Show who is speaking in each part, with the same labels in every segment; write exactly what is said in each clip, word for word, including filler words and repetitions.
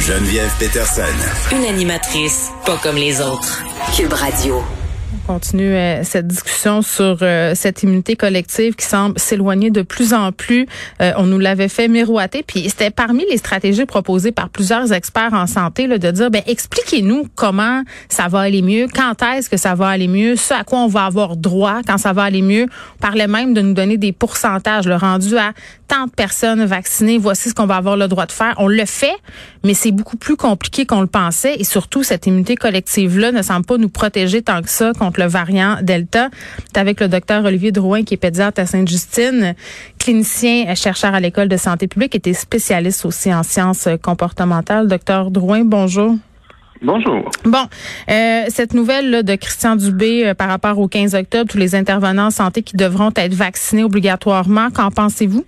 Speaker 1: Geneviève Peterson.
Speaker 2: Une animatrice pas comme les autres. Cube Radio.
Speaker 3: On continue euh, cette discussion sur euh, cette immunité collective qui semble s'éloigner de plus en plus. Euh, on nous l'avait fait miroiter, puis c'était parmi les stratégies proposées par plusieurs experts en santé là, de dire, ben expliquez-nous comment ça va aller mieux, quand est-ce que ça va aller mieux, ce à quoi on va avoir droit quand ça va aller mieux. On parlait même de nous donner des pourcentages, le rendu à tant de personnes vaccinées, voici ce qu'on va avoir le droit de faire. On le fait, mais c'est beaucoup plus compliqué qu'on le pensait et surtout, cette immunité collective-là ne semble pas nous protéger tant que ça contre le variant Delta. C'est avec le docteur Olivier Drouin, qui est pédiatre à Sainte-Justine, clinicien, chercheur à l'École de santé publique, et spécialiste aussi en sciences comportementales. Docteur Drouin, bonjour.
Speaker 4: Bonjour.
Speaker 3: Bon, euh, cette nouvelle là, de Christian Dubé euh, par rapport au quinze octobre, tous les intervenants en santé qui devront être vaccinés obligatoirement, qu'en pensez-vous?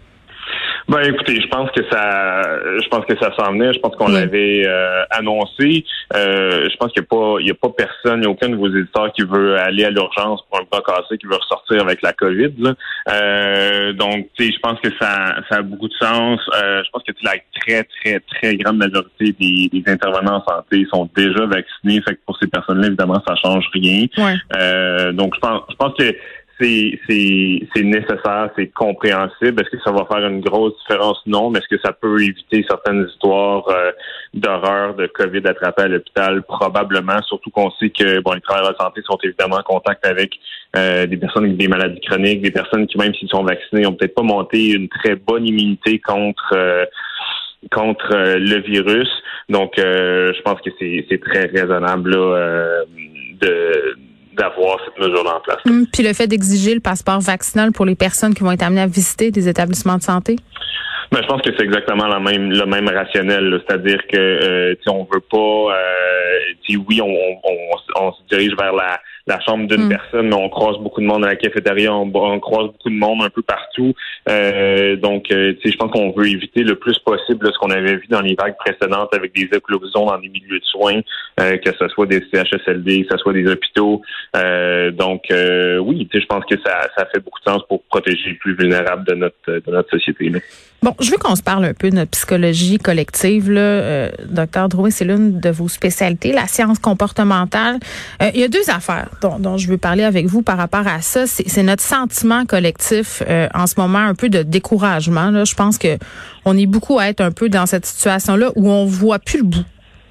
Speaker 4: Ben écoutez, je pense que ça je pense que ça s'en venait, je pense qu'on oui. l'avait euh, annoncé. Euh, je pense qu'il n'y a pas il y a pas personne, il n'y a aucun de vos éditeurs qui veut aller à l'urgence pour un bras cassé, qui veut ressortir avec la COVID. Là. Euh, donc tu sais, je pense que ça ça a beaucoup de sens. Euh, je pense que la très, très, très grande majorité des, des intervenants en santé sont déjà vaccinés. Fait que pour ces personnes-là, évidemment, ça change rien.
Speaker 3: Ouais.
Speaker 4: Euh, donc je pense je pense que C'est, c'est, c'est nécessaire, c'est compréhensible. Est-ce que ça va faire une grosse différence? Non. Mais est-ce que ça peut éviter certaines histoires euh, d'horreur, de COVID attrapé à l'hôpital? Probablement. Surtout qu'on sait que bon, les travailleurs de santé sont évidemment en contact avec euh, des personnes avec des maladies chroniques, des personnes qui, même s'ils sont vaccinés, ont peut-être pas monté une très bonne immunité contre euh, contre euh, le virus. Donc, euh, je pense que c'est, c'est très raisonnable là, euh, de d'avoir cette mesure-là en place.
Speaker 3: Mmh, puis le fait d'exiger le passeport vaccinal pour les personnes qui vont être amenées à visiter des établissements de santé?
Speaker 4: Ben, je pense que c'est exactement la même, le même rationnel, là. C'est-à-dire que euh, on veut pas, euh, oui, on, on, on se dirige vers la, la chambre d'une mm. personne, mais on croise beaucoup de monde à la cafétéria, on, on croise beaucoup de monde un peu partout. Euh, donc, euh, je pense qu'on veut éviter le plus possible là, ce qu'on avait vu dans les vagues précédentes avec des éclosions dans des milieux de soins, euh, que ce soit des C H S L D, que ce soit des hôpitaux. Euh, donc, euh, oui, je pense que ça, ça fait beaucoup de sens pour protéger les plus vulnérables de notre, de notre société. Là.
Speaker 3: Bon, je veux qu'on se parle un peu de notre psychologie collective. Là. Euh, docteur Drouin, c'est l'une de vos spécialités, la science comportementale. Euh, il y a deux affaires dont, dont je veux parler avec vous par rapport à ça. C'est, c'est notre sentiment collectif euh, en ce moment, un peu de découragement. Là. Je pense que on est beaucoup à être un peu dans cette situation-là où on voit plus le bout.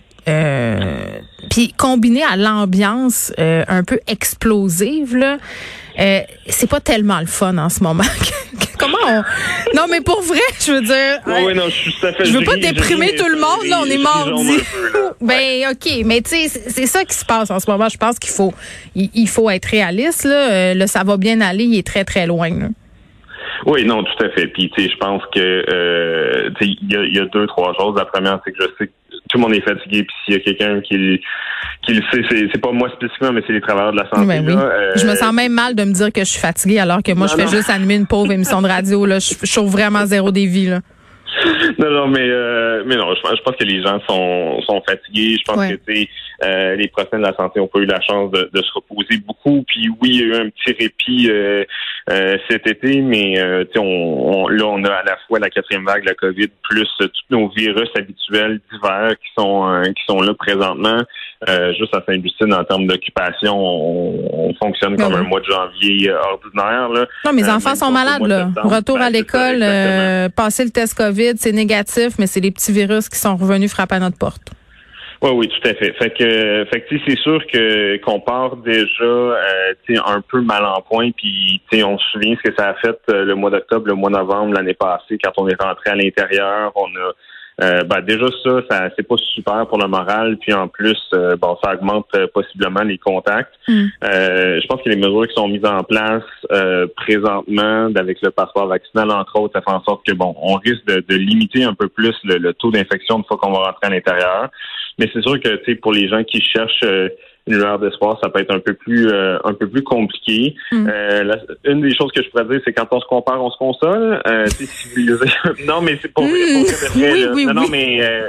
Speaker 3: Euh, puis combiné à l'ambiance euh, un peu explosive, là, euh, c'est pas tellement le fun en ce moment. Comment on... Non, mais pour vrai, je veux dire...
Speaker 4: Oui, oui, non, je suis tout à fait...
Speaker 3: Je veux pas
Speaker 4: ris,
Speaker 3: déprimer tout le monde, là, on est mardi. Ben,
Speaker 4: ouais.
Speaker 3: OK, mais tu sais, c'est, c'est ça qui se passe en ce moment. Je pense qu'il faut il, il faut être réaliste, là. Euh, là, ça va bien aller, il est très, très loin, là.
Speaker 4: Oui, non, tout à fait. Puis, tu sais, je pense que, euh, tu sais, il y a, y a deux, trois choses. La première, c'est que je sais que tout le monde est fatigué, puis s'il y a quelqu'un qui, qui le sait, c'est, c'est pas moi spécifiquement, mais c'est les travailleurs de la santé.
Speaker 3: Ben oui.
Speaker 4: Là, euh,
Speaker 3: je me sens même mal de me dire que je suis fatiguée, alors que moi, non, je fais non. juste animer une pauvre émission de radio, là. Je, je trouve vraiment zéro dévi, là.
Speaker 4: Non, non, mais euh, mais non, je, je pense que les gens sont sont fatigués. Je pense ouais. que tu sais, euh, les professionnels de la santé ont pas eu la chance de, de se reposer beaucoup. Puis oui, il y a eu un petit répit euh, euh, cet été, mais euh, tu sais, on, on là on a à la fois la quatrième vague de la COVID plus euh, tous nos virus habituels d'hiver qui sont euh, qui sont là présentement. Euh, juste à Sainte-Justine, en termes d'occupation, on, on fonctionne comme ouais. un mois de janvier euh, ordinaire. Là.
Speaker 3: Non, mes euh, enfants sont malades, là. Retour ben, à l'école, euh, passer le test COVID, c'est négatif, mais c'est les petits virus qui sont revenus frapper à notre porte.
Speaker 4: Oui, oui, tout à fait. Fait que, fait que c'est sûr que qu'on part déjà euh, un peu mal en point, puis on se souvient ce que ça a fait euh, le mois d'octobre, le mois de novembre, l'année passée, quand on est rentré à l'intérieur, on a Euh, ben déjà ça, ça c'est pas super pour le moral, puis en plus, euh, bon, ça augmente euh, possiblement les contacts. Mm. Euh, je pense que les mesures qui sont mises en place euh, présentement, avec le passeport vaccinal entre autres, ça fait en sorte que bon, on risque de, de limiter un peu plus le, le taux d'infection une fois qu'on va rentrer à l'intérieur. Mais c'est sûr que tu sais, pour les gens qui cherchent euh, une lueur d'espoir, ça peut être un peu plus euh, un peu plus compliqué. Mm. Euh, la, une des choses que je pourrais dire, c'est quand on se compare, on se console. Euh, civilisé. Non, mais c'est pour,
Speaker 3: mm.
Speaker 4: pour vrai,
Speaker 3: oui,
Speaker 4: là.
Speaker 3: oui,
Speaker 4: non,
Speaker 3: oui.
Speaker 4: non, mais euh,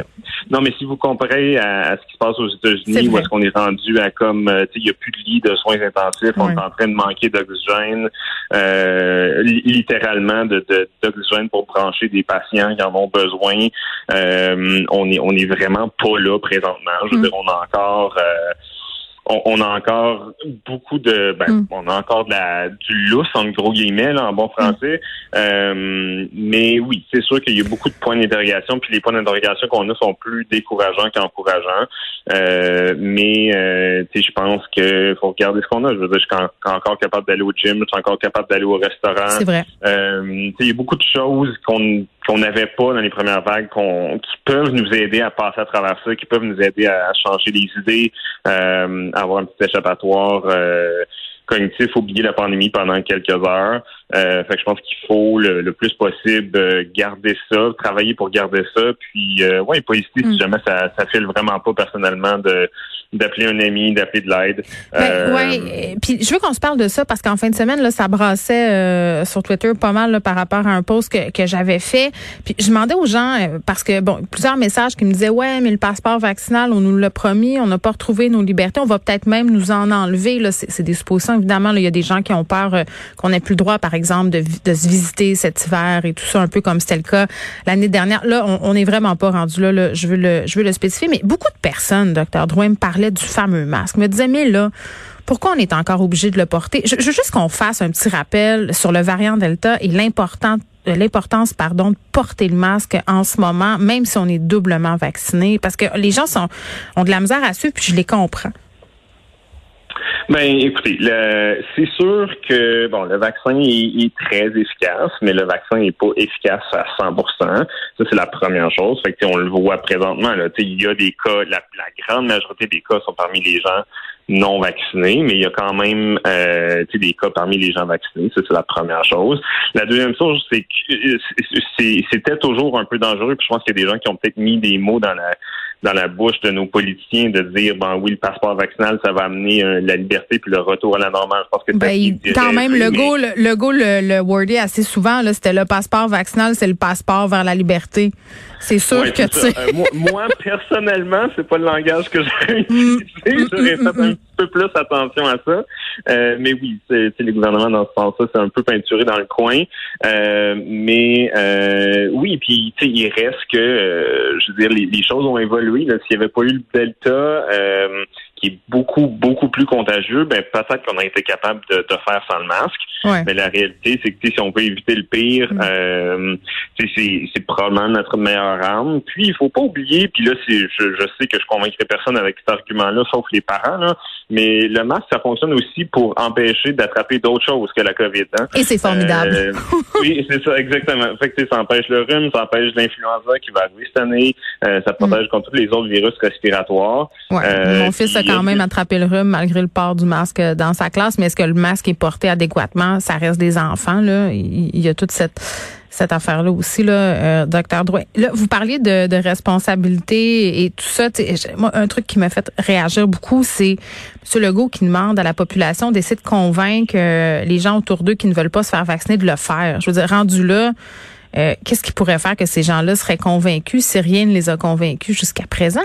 Speaker 4: non, mais si vous comparez à, à ce qui se passe aux États-Unis, où est-ce qu'on est rendu à comme, tu sais, il n'y a plus de lits de soins intensifs, oui. On est en train de manquer d'oxygène, euh, littéralement de, de, d'oxygène pour brancher des patients qui en ont besoin. Euh, on est, on est vraiment pas là présentement. Je veux mm. dire, on a encore... Euh, On, on a encore beaucoup de, ben, mm. on a encore de la, du lousse, en gros guillemets, là, en bon français. Mm. Euh, mais oui, c'est sûr qu'il y a beaucoup de points d'interrogation, puis les points d'interrogation qu'on a sont plus décourageants qu'encourageants. Euh, mais, euh, tu sais, je pense qu'il faut regarder ce qu'on a. Je veux dire, je suis en, encore capable d'aller au gym, je suis encore capable d'aller au restaurant.
Speaker 3: C'est vrai.
Speaker 4: Euh, tu sais, il y a beaucoup de choses qu'on qu'on n'avait pas dans les premières vagues, qu'on, qui peuvent nous aider à passer à travers ça, qui peuvent nous aider à, à changer les idées, euh, à avoir un petit échappatoire euh, cognitif, oublier la pandémie pendant quelques heures. Euh, fait que je pense qu'il faut le, le plus possible euh, garder ça, travailler pour garder ça, puis euh, ouais, pas hésiter mm. si jamais ça, ça file vraiment pas personnellement de d'appeler un ami, d'appeler de l'aide.
Speaker 3: Ben, euh, ouais, puis je veux qu'on se parle de ça parce qu'en fin de semaine là, ça brassait euh, sur Twitter pas mal là, par rapport à un post que, que j'avais fait. Puis je demandais aux gens euh, parce que bon, plusieurs messages qui me disaient ouais, mais le passeport vaccinal, on nous l'a promis, on n'a pas retrouvé nos libertés, on va peut-être même nous en enlever. Là, c'est, c'est des suppositions évidemment. Là, il y a des gens qui ont peur euh, qu'on n'ait plus le droit, par exemple, de, de se visiter cet hiver et tout ça, un peu comme c'était le cas l'année dernière. Là, on, on est vraiment pas rendu là. là je veux le, je veux le spécifier, mais beaucoup de personnes, docteur Drouin, me parlaient du fameux masque. Me disaient, mais là, pourquoi on est encore obligé de le porter? Je, je veux juste qu'on fasse un petit rappel sur le variant Delta et l'important, l'importance, pardon, de porter le masque en ce moment, même si on est doublement vacciné, parce que les gens sont, ont de la misère à suivre, puis je les comprends.
Speaker 4: Ben, écoutez, le, c'est sûr que bon, le vaccin est, est très efficace, mais le vaccin n'est pas efficace à cent pour cent. Ça, c'est la première chose. Fait que on le voit présentement. Là, il y a des cas, la, la grande majorité des cas sont parmi les gens non vaccinés, mais il y a quand même euh, des cas parmi les gens vaccinés. Ça, c'est la première chose. La deuxième chose, c'est que c'est, c'était toujours un peu dangereux. Puis je pense qu'il y a des gens qui ont peut-être mis des mots dans la dans la bouche de nos politiciens de dire ben oui, le passeport vaccinal, ça va amener euh, la liberté puis le retour à la normale. Je pense que
Speaker 3: ben, il, quand même le go le, le go le, le wordé assez souvent là, c'était le passeport vaccinal, c'est le passeport vers la liberté. C'est sûr ouais, que tu sais.
Speaker 4: Euh, moi, moi personnellement, c'est pas le langage que j'aurais utilisé. J'aurais fait un petit peu plus attention à ça. Euh, mais oui, c'est, c'est le gouvernement dans ce sens-là, c'est un peu peinturé dans le coin. Euh, mais euh, oui, puis tu sais, il reste que, euh, je veux dire, les, les choses ont évolué. Là, s'il n'y avait pas eu le Delta, euh, qui est beaucoup, beaucoup plus contagieux, ben peut-être qu'on a été capable de, de faire sans le masque. Ouais. Mais la réalité, c'est que si on peut éviter le pire, mm. euh, c'est, c'est probablement notre meilleure arme. Puis, il faut pas oublier, puis là, c'est, je, je sais que je convaincrai personne avec cet argument-là, sauf les parents, là, mais le masque, ça fonctionne aussi pour empêcher d'attraper d'autres choses que la COVID. Hein.
Speaker 3: Et c'est formidable.
Speaker 4: Euh, oui, c'est ça, exactement. Fait que ça empêche le rhume, ça empêche l'influenza qui va arriver cette année, euh, ça protège mm. contre tous les autres virus respiratoires.
Speaker 3: Ouais. Euh, Mon fils a quand même attrapé le rhume malgré le port du masque dans sa classe, mais est-ce que le masque est porté adéquatement? Ça reste des enfants, là. Il, il y a toute cette cette affaire-là aussi, là, euh, docteur Drouin. Là, vous parliez de, de responsabilité et tout ça. Moi, un truc qui m'a fait réagir beaucoup, c'est M. Legault qui demande à la population d'essayer de convaincre euh, les gens autour d'eux qui ne veulent pas se faire vacciner de le faire. Je veux dire, rendu là, euh, qu'est-ce qui pourrait faire que ces gens-là seraient convaincus si rien ne les a convaincus jusqu'à présent?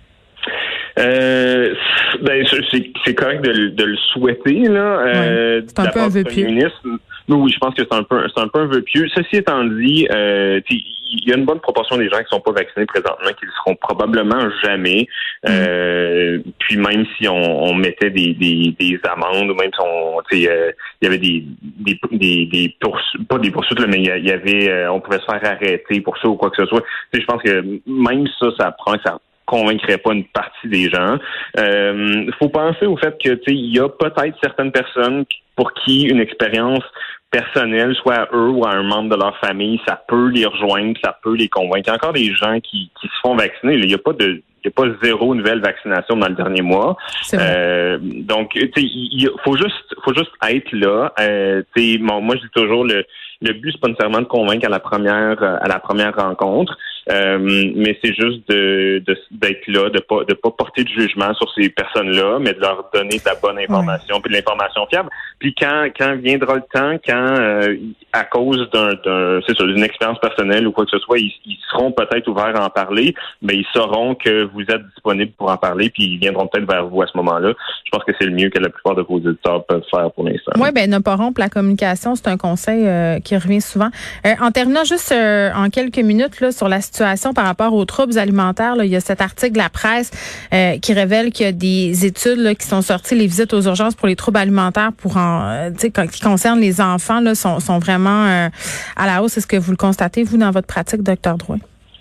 Speaker 4: Euh, ben, c'est, c'est correct de, de le souhaiter, là. Euh,
Speaker 3: ouais, c'est un peu un vœu pieux.
Speaker 4: Oui, je pense que c'est un peu, c'est un peu un vœu pieux. Ceci étant dit, euh, il y a une bonne proportion des gens qui sont pas vaccinés présentement, qui le seront probablement jamais. Mm. Euh, puis même si on, on mettait des, des, des amendes, ou même si on, tu sais, euh, il y avait des, des, des, des poursuites, pas des poursuites, là, mais il y avait, euh, on pouvait se faire arrêter pour ça ou quoi que ce soit. Tu sais, je pense que même ça, ça prend, ça convaincrait pas une partie des gens. Euh, faut penser au fait que, tu sais, il y a peut-être certaines personnes pour qui une expérience personnelle, soit à eux ou à un membre de leur famille, ça peut les rejoindre, ça peut les convaincre. Il y a encore des gens qui, qui se font vacciner. Il n'y a pas de il n'y a pas zéro nouvelle vaccination dans le dernier mois. Euh, donc, tu sais, il faut juste, faut juste être là. Euh, tu sais, bon, moi, je dis toujours, le, le but, c'est pas nécessairement de convaincre à la première, à la première rencontre. Euh, mais c'est juste de, de d'être là, de pas de pas porter de jugement sur ces personnes-là, mais de leur donner de la bonne information, ouais. puis de l'information fiable. Puis quand quand viendra le temps, quand euh, à cause d'un, d'un c'est sûr, d'une expérience personnelle ou quoi que ce soit, ils, ils seront peut-être ouverts à en parler, mais ils sauront que vous êtes disponible pour en parler, puis ils viendront peut-être vers vous à ce moment-là. Je pense que c'est le mieux que la plupart de vos auditeurs peuvent faire pour l'instant.
Speaker 3: Oui, ben ne pas rompre la communication, c'est un conseil euh, qui revient souvent. Euh, en terminant juste euh, en quelques minutes là, sur la situation par rapport aux troubles alimentaires, là, il y a cet article de la presse euh, qui révèle qu'il y a des études là, qui sont sorties, les visites aux urgences pour les troubles alimentaires pour en, euh, qui concernent les enfants là, sont, sont vraiment euh, à la hausse. Est-ce que vous le constatez, vous, dans votre pratique, docteur Drouin?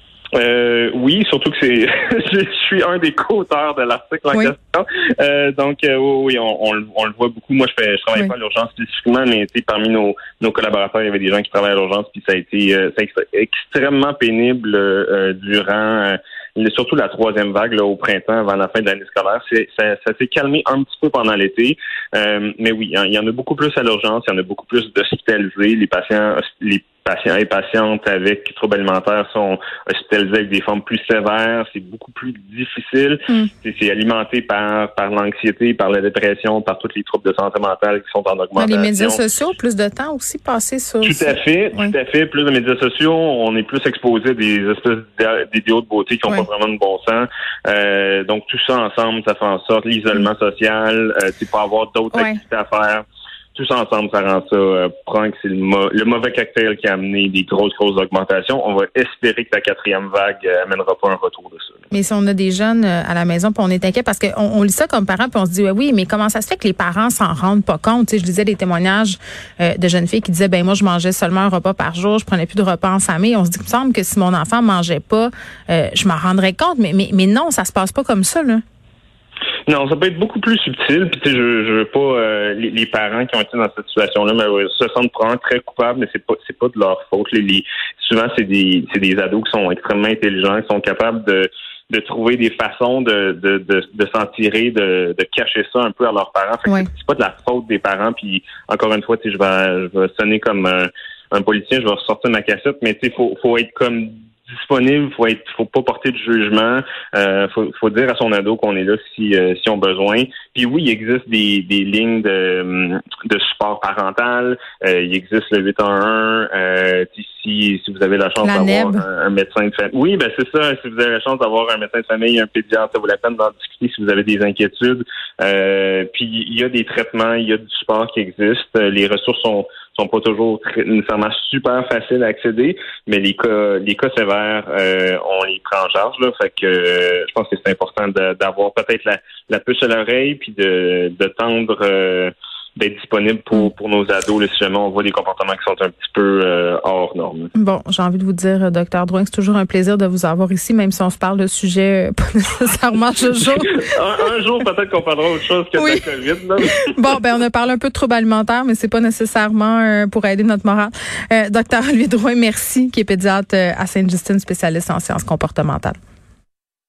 Speaker 4: Euh, oui, surtout que c'est, je suis un des co-auteurs de l'article en oui. question. Euh, donc, euh, oui, on, on, on le voit beaucoup. Moi, je fais, je travaille oui. pas à l'urgence spécifiquement, mais parmi nos, nos collaborateurs, il y avait des gens qui travaillent à l'urgence, puis ça a été, euh, ça a été extrêmement pénible euh, durant, euh, surtout la troisième vague là, au printemps, avant la fin de l'année scolaire. C'est, ça, ça s'est calmé un petit peu pendant l'été, euh, mais oui, il y en a beaucoup plus à l'urgence, il y en a beaucoup plus d'hospitalisés. Les patients, les patients et patientes avec troubles alimentaires sont hospitalisés avec des formes plus sévères. C'est beaucoup plus difficile. Mm. C'est, c'est alimenté par par l'anxiété, par la dépression, par tous les troubles de santé mentale qui sont en augmentation.
Speaker 3: Les médias sociaux, plus de temps aussi passé sur...
Speaker 4: Tout à fait, oui. tout à fait. Plus de médias sociaux, on est plus exposé à des espèces d'idéaux de beauté qui n'ont oui. pas vraiment de bon sens. Euh, donc, tout ça ensemble, ça fait en sorte l'isolement mm. social, euh, c'est pas avoir d'autres oui. activités à faire. Tout ça ensemble, ça rend ça, euh, prend que c'est le, mo- le mauvais cocktail qui a amené des grosses, grosses augmentations. On va espérer que la quatrième vague euh, amènera pas un retour de ça. Là.
Speaker 3: Mais si on a des jeunes euh, à la maison, puis on est inquiet parce qu'on on lit ça comme parents, puis on se dit ouais, oui, mais comment ça se fait que les parents s'en rendent pas compte? Tu sais, je lisais des témoignages euh, de jeunes filles qui disaient ben moi je mangeais seulement un repas par jour, je prenais plus de repas en famille. On se dit qu'il me semble que si mon enfant mangeait pas, euh, je m'en rendrais compte. Mais, mais, mais non, ça se passe pas comme ça, là.
Speaker 4: Non, ça peut être beaucoup plus subtil. Puis tu sais, je, je veux pas euh, les, les parents qui ont été dans cette situation-là, mais ouais, se sentent probablement très coupables, mais c'est pas c'est pas de leur faute. Les, les, souvent, c'est des c'est des ados qui sont extrêmement intelligents, qui sont capables de de trouver des façons de de de, de s'en tirer, de, de cacher ça un peu à leurs parents. Fait que ouais. c'est, c'est pas de la faute des parents. Puis encore une fois, tu sais, je vais je vais sonner comme un, un politicien, je vais ressortir ma cassette, mais tu sais, faut faut être comme disponible, faut être, faut pas porter de jugement, euh, faut, faut dire à son ado qu'on est là si, euh, si on a besoin. Puis oui, il existe des, des lignes de, de support parental, euh, il existe le huit un un, euh, si, si vous avez la chance la d'avoir un, un médecin de famille. Oui, ben c'est ça, si vous avez la chance d'avoir un médecin de famille, un pédiatre, ça vaut la peine d'en discuter si vous avez des inquiétudes. Euh, puis il y a des traitements, il y a du support qui existe, les ressources sont sont pas toujours très, nécessairement super faciles à accéder, mais les cas les cas sévères, euh, on les prend en charge là. Fait que euh, je pense que c'est important de, d'avoir peut-être la, la puce à l'oreille puis de, de tendre euh, d'être disponible pour, pour nos ados là, si jamais on voit des comportements qui sont un petit peu euh, hors normes.
Speaker 3: Bon, j'ai envie de vous dire, docteur Drouin, c'est toujours un plaisir de vous avoir ici, même si on se parle de sujets pas nécessairement ce jour.
Speaker 4: un, un jour, peut-être qu'on parlera autre chose que oui. de la COVID. Là.
Speaker 3: Bon, ben on a parlé un peu de troubles alimentaires, mais c'est pas nécessairement euh, pour aider notre morale. Euh, docteur Olivier Drouin, merci, qui est pédiatre à Sainte-Justine, spécialiste en sciences comportementales.